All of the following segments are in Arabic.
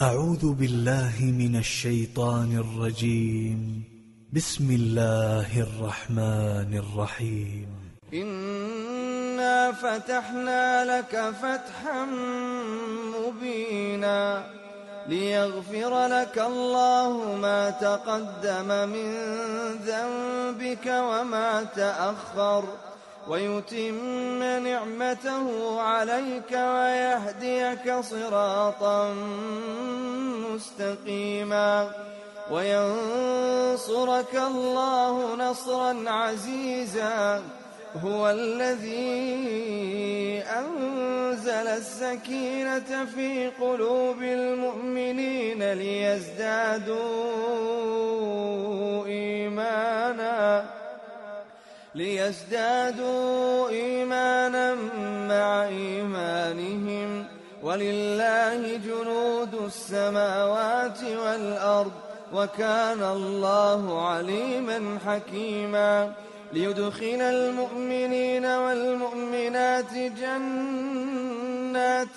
أعوذ بالله من الشيطان الرجيم. بسم الله الرحمن الرحيم. إنا فتحنا لك فتحا مبينا ليغفر لك الله ما تقدم من ذنبك وما تأخر ويتم نعمته عليك ويهديك صراطا مستقيما وينصرك الله نصرا عزيزا. هو الذي أنزل السكينة في قلوب المؤمنين ليزدادوا إيمانا مع إيمانهم ولله جنود السماوات والأرض وكان الله عليما حكيما. ليدخل المؤمنين والمؤمنات جنات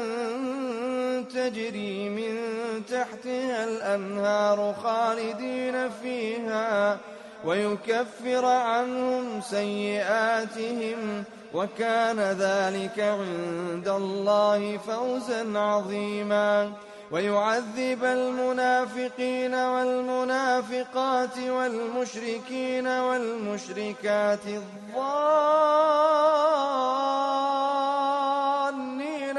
تجري من تحتها الأنهار خالدين فيها ويكفر عنهم سيئاتهم وكان ذلك عند الله فوزا عظيما. ويعذب المنافقين والمنافقات والمشركين والمشركات الظانين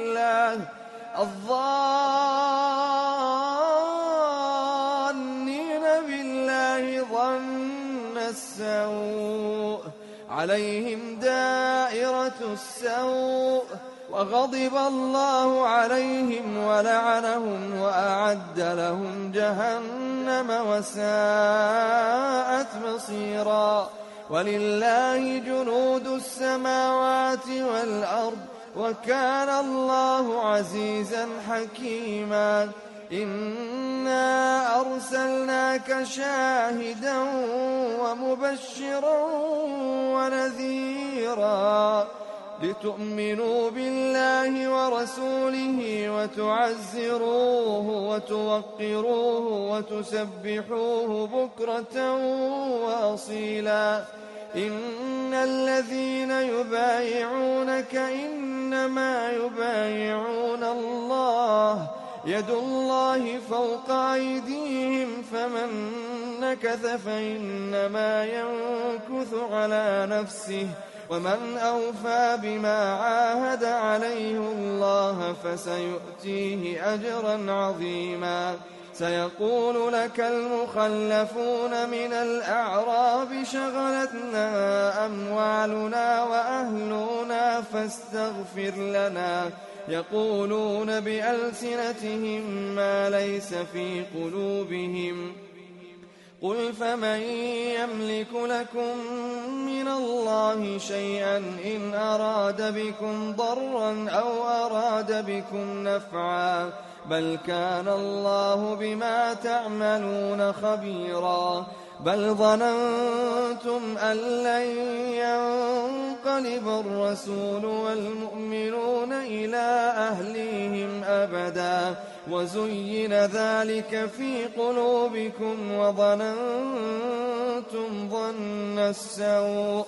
بالله ظن السوء عليهم دائرة السوء وغضب الله عليهم ولعنهم وأعد لهم جهنم وساءت مصيرا. ولله جنود السماوات والأرض وكان الله عزيزا حكيما. إنا أرسلناك شاهدا ومبشرا ونذيرا لتؤمنوا بالله ورسوله وتعزروه وتوقروه وتسبحوه بكرة وأصيلا. إن الذين يبايعونك إنما يبايعون الله يد الله فوق أيديهم فمن نكث فإنما ينكث على نفسه ومن أوفى بما عاهد عليه الله فسيؤتيه أجرا عظيما. سيقول لك المخلفون من الأعراب شغلتنا أموالنا وأهلنا فاستغفر لنا يقولون بألسنتهم ما ليس في قلوبهم قل فمن يملك لكم من الله شيئا إن أراد بكم ضرا أو أراد بكم نفعا بل كان الله بما تعملون خبيرا. بل ظننتم أن لن ينقلب الرسول والمؤمنون إلى أهليهم أبدا وزين ذلك في قلوبكم وظننتم ظن السوء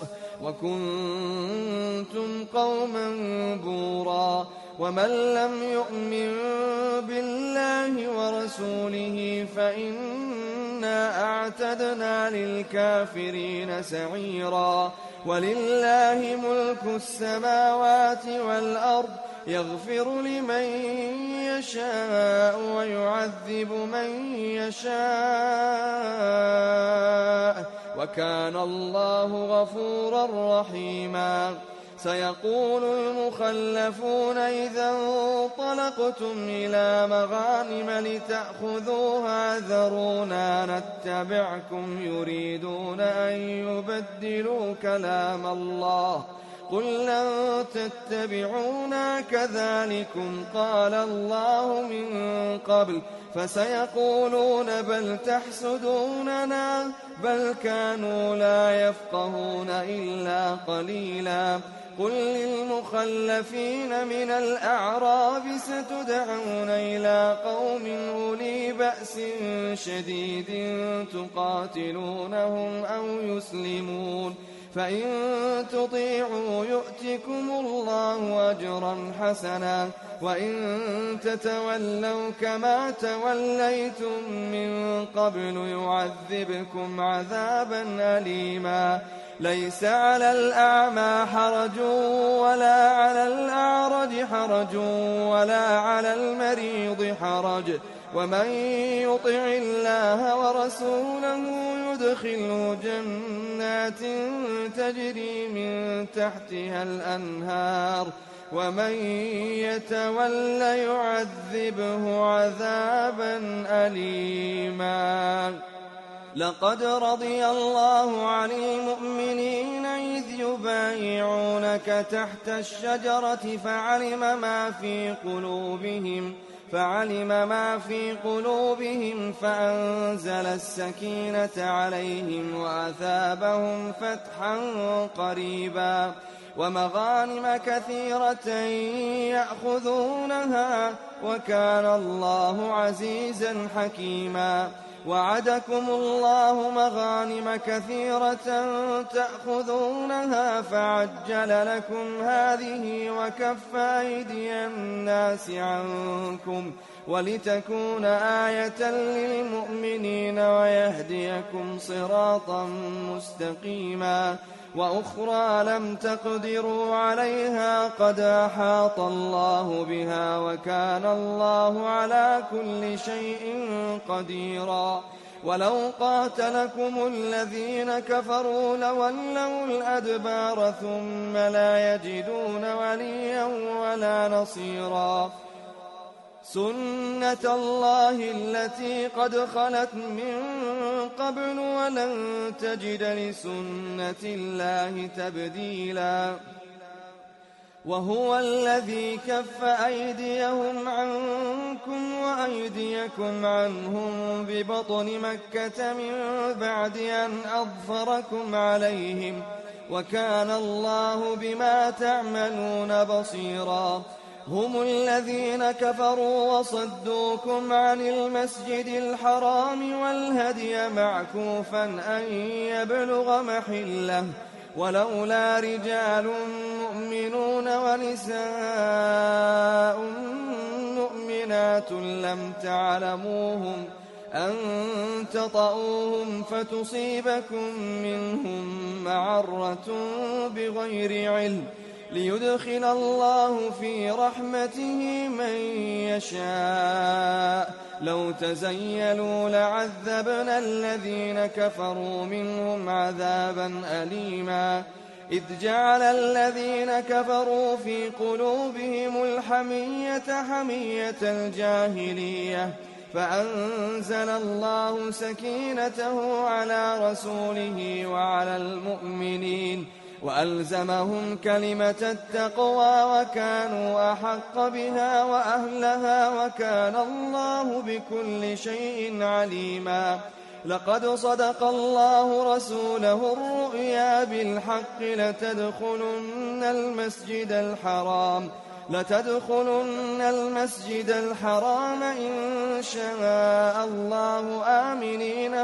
وكنتم قوما بورا. ومن لم يؤمن بالله ورسوله فإنا أعتدنا للكافرين سعيرا. ولله ملك السماوات والأرض يغفر لمن يشاء ويعذب من يشاء وكان الله غفورا رحيما. سيقول المخلفون إذا انطلقتم إلى مغانم لتأخذوها ذرونا نتبعكم يريدون أن يبدلوا كلام الله قل لن تتبعونا كذلكم قال الله من قبل فسيقولون بل تحسدوننا بل كانوا لا يفقهون إلا قليلا. قل للمخلفين من الأعراب ستدعون إلى قوم أولي بأس شديد تقاتلونهم أو يسلمون فإن تطيعوا يؤتكم الله أجرا حسنا وإن تتولوا كما توليتم من قبل يعذبكم عذابا أليما ليس على الأعمى حرج ولا على الأعرج حرج ولا على المريض حرج ومن يطع الله ورسوله يدخله جنات تجري من تحتها الأنهار ومن يتول يعذبه عذابا أليما لقد رضي الله عن المؤمنين إذ يبايعونك تحت الشجرة فعلم ما في قلوبهم فأنزل السكينة عليهم وأثابهم فتحا قريبا ومغانم كثيرة يأخذونها وكان الله عزيزا حكيما وعدكم الله مغانم كثيرة تأخذونها فعجل لكم هذه وكف أيدي الناس عنكم ولتكون آية للمؤمنين ويهديكم صراطا مستقيما وأخرى لم تقدروا عليها قد أحاط الله بها وكان الله على كل شيء قديرا ولو قاتلكم الذين كفروا لولوا الأدبار ثم لا يجدون وليا ولا نصيرا سنة الله التي قد خلت من قبل ولن تجد لسنة الله تبديلا وهو الذي كف أيديهم عنكم وأيديكم عنهم ببطن مكة من بعد أن أظفركم عليهم وكان الله بما تعملون بصيرا هم الذين كفروا وصدوكم عن المسجد الحرام والهدي معكوفا أن يبلغ محله ولولا رجال مؤمنون ونساء مؤمنات لم تعلموهم أن تطؤوهم فتصيبكم منهم معرة بغير علم ليدخل الله في رحمته من يشاء لو تزيلوا لعذبنا الذين كفروا منهم عذابا أليما إذ جعل الذين كفروا في قلوبهم الحمية حمية الجاهلية فأنزل الله سكينته على رسوله وعلى المؤمنين وألزمهم كلمة التقوى وكانوا أحق بها وأهلها وكان الله بكل شيء عليما لقد صدق الله رسوله الرؤيا بالحق لتدخلن المسجد الحرام إن شاء الله آمنين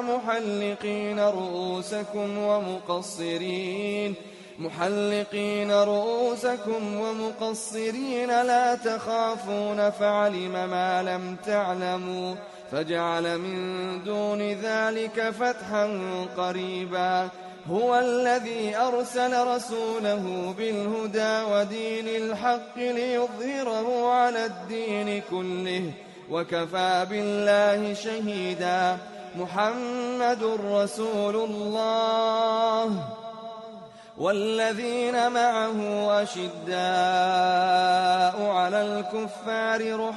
محلقين رؤوسكم ومقصرين لا تخافون فعلم ما لم تعلموا فجعل من دون ذلك فتحا قريبا هو الذي أرسل رسوله بالهدى ودين الحق ليظهره على الدين كله وكفى بالله شهيدا محمد رسول الله والذين معه أشداء على الكفار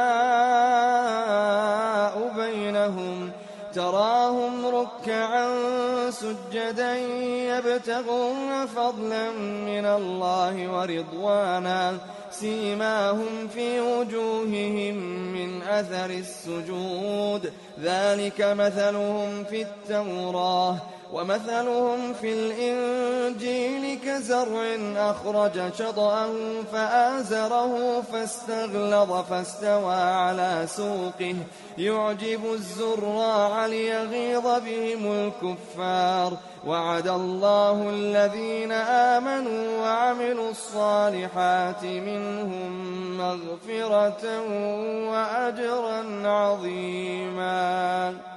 رحماء بينهم تراهم ركعا سجدا يبتغون فضلا من الله ورضوانا سيماهم في وجوههم من أثر السجود ذلك مثلهم في التوراة ومثلهم في الإنجيل كزرع أخرج شطأه فآزره فاستغلظ فاستوى على سوقه يعجب الزراع ليغيظ بهم الكفار. وعد الله الذين آمنوا وعملوا الصالحات منهم مغفرة وأجرا عظيما.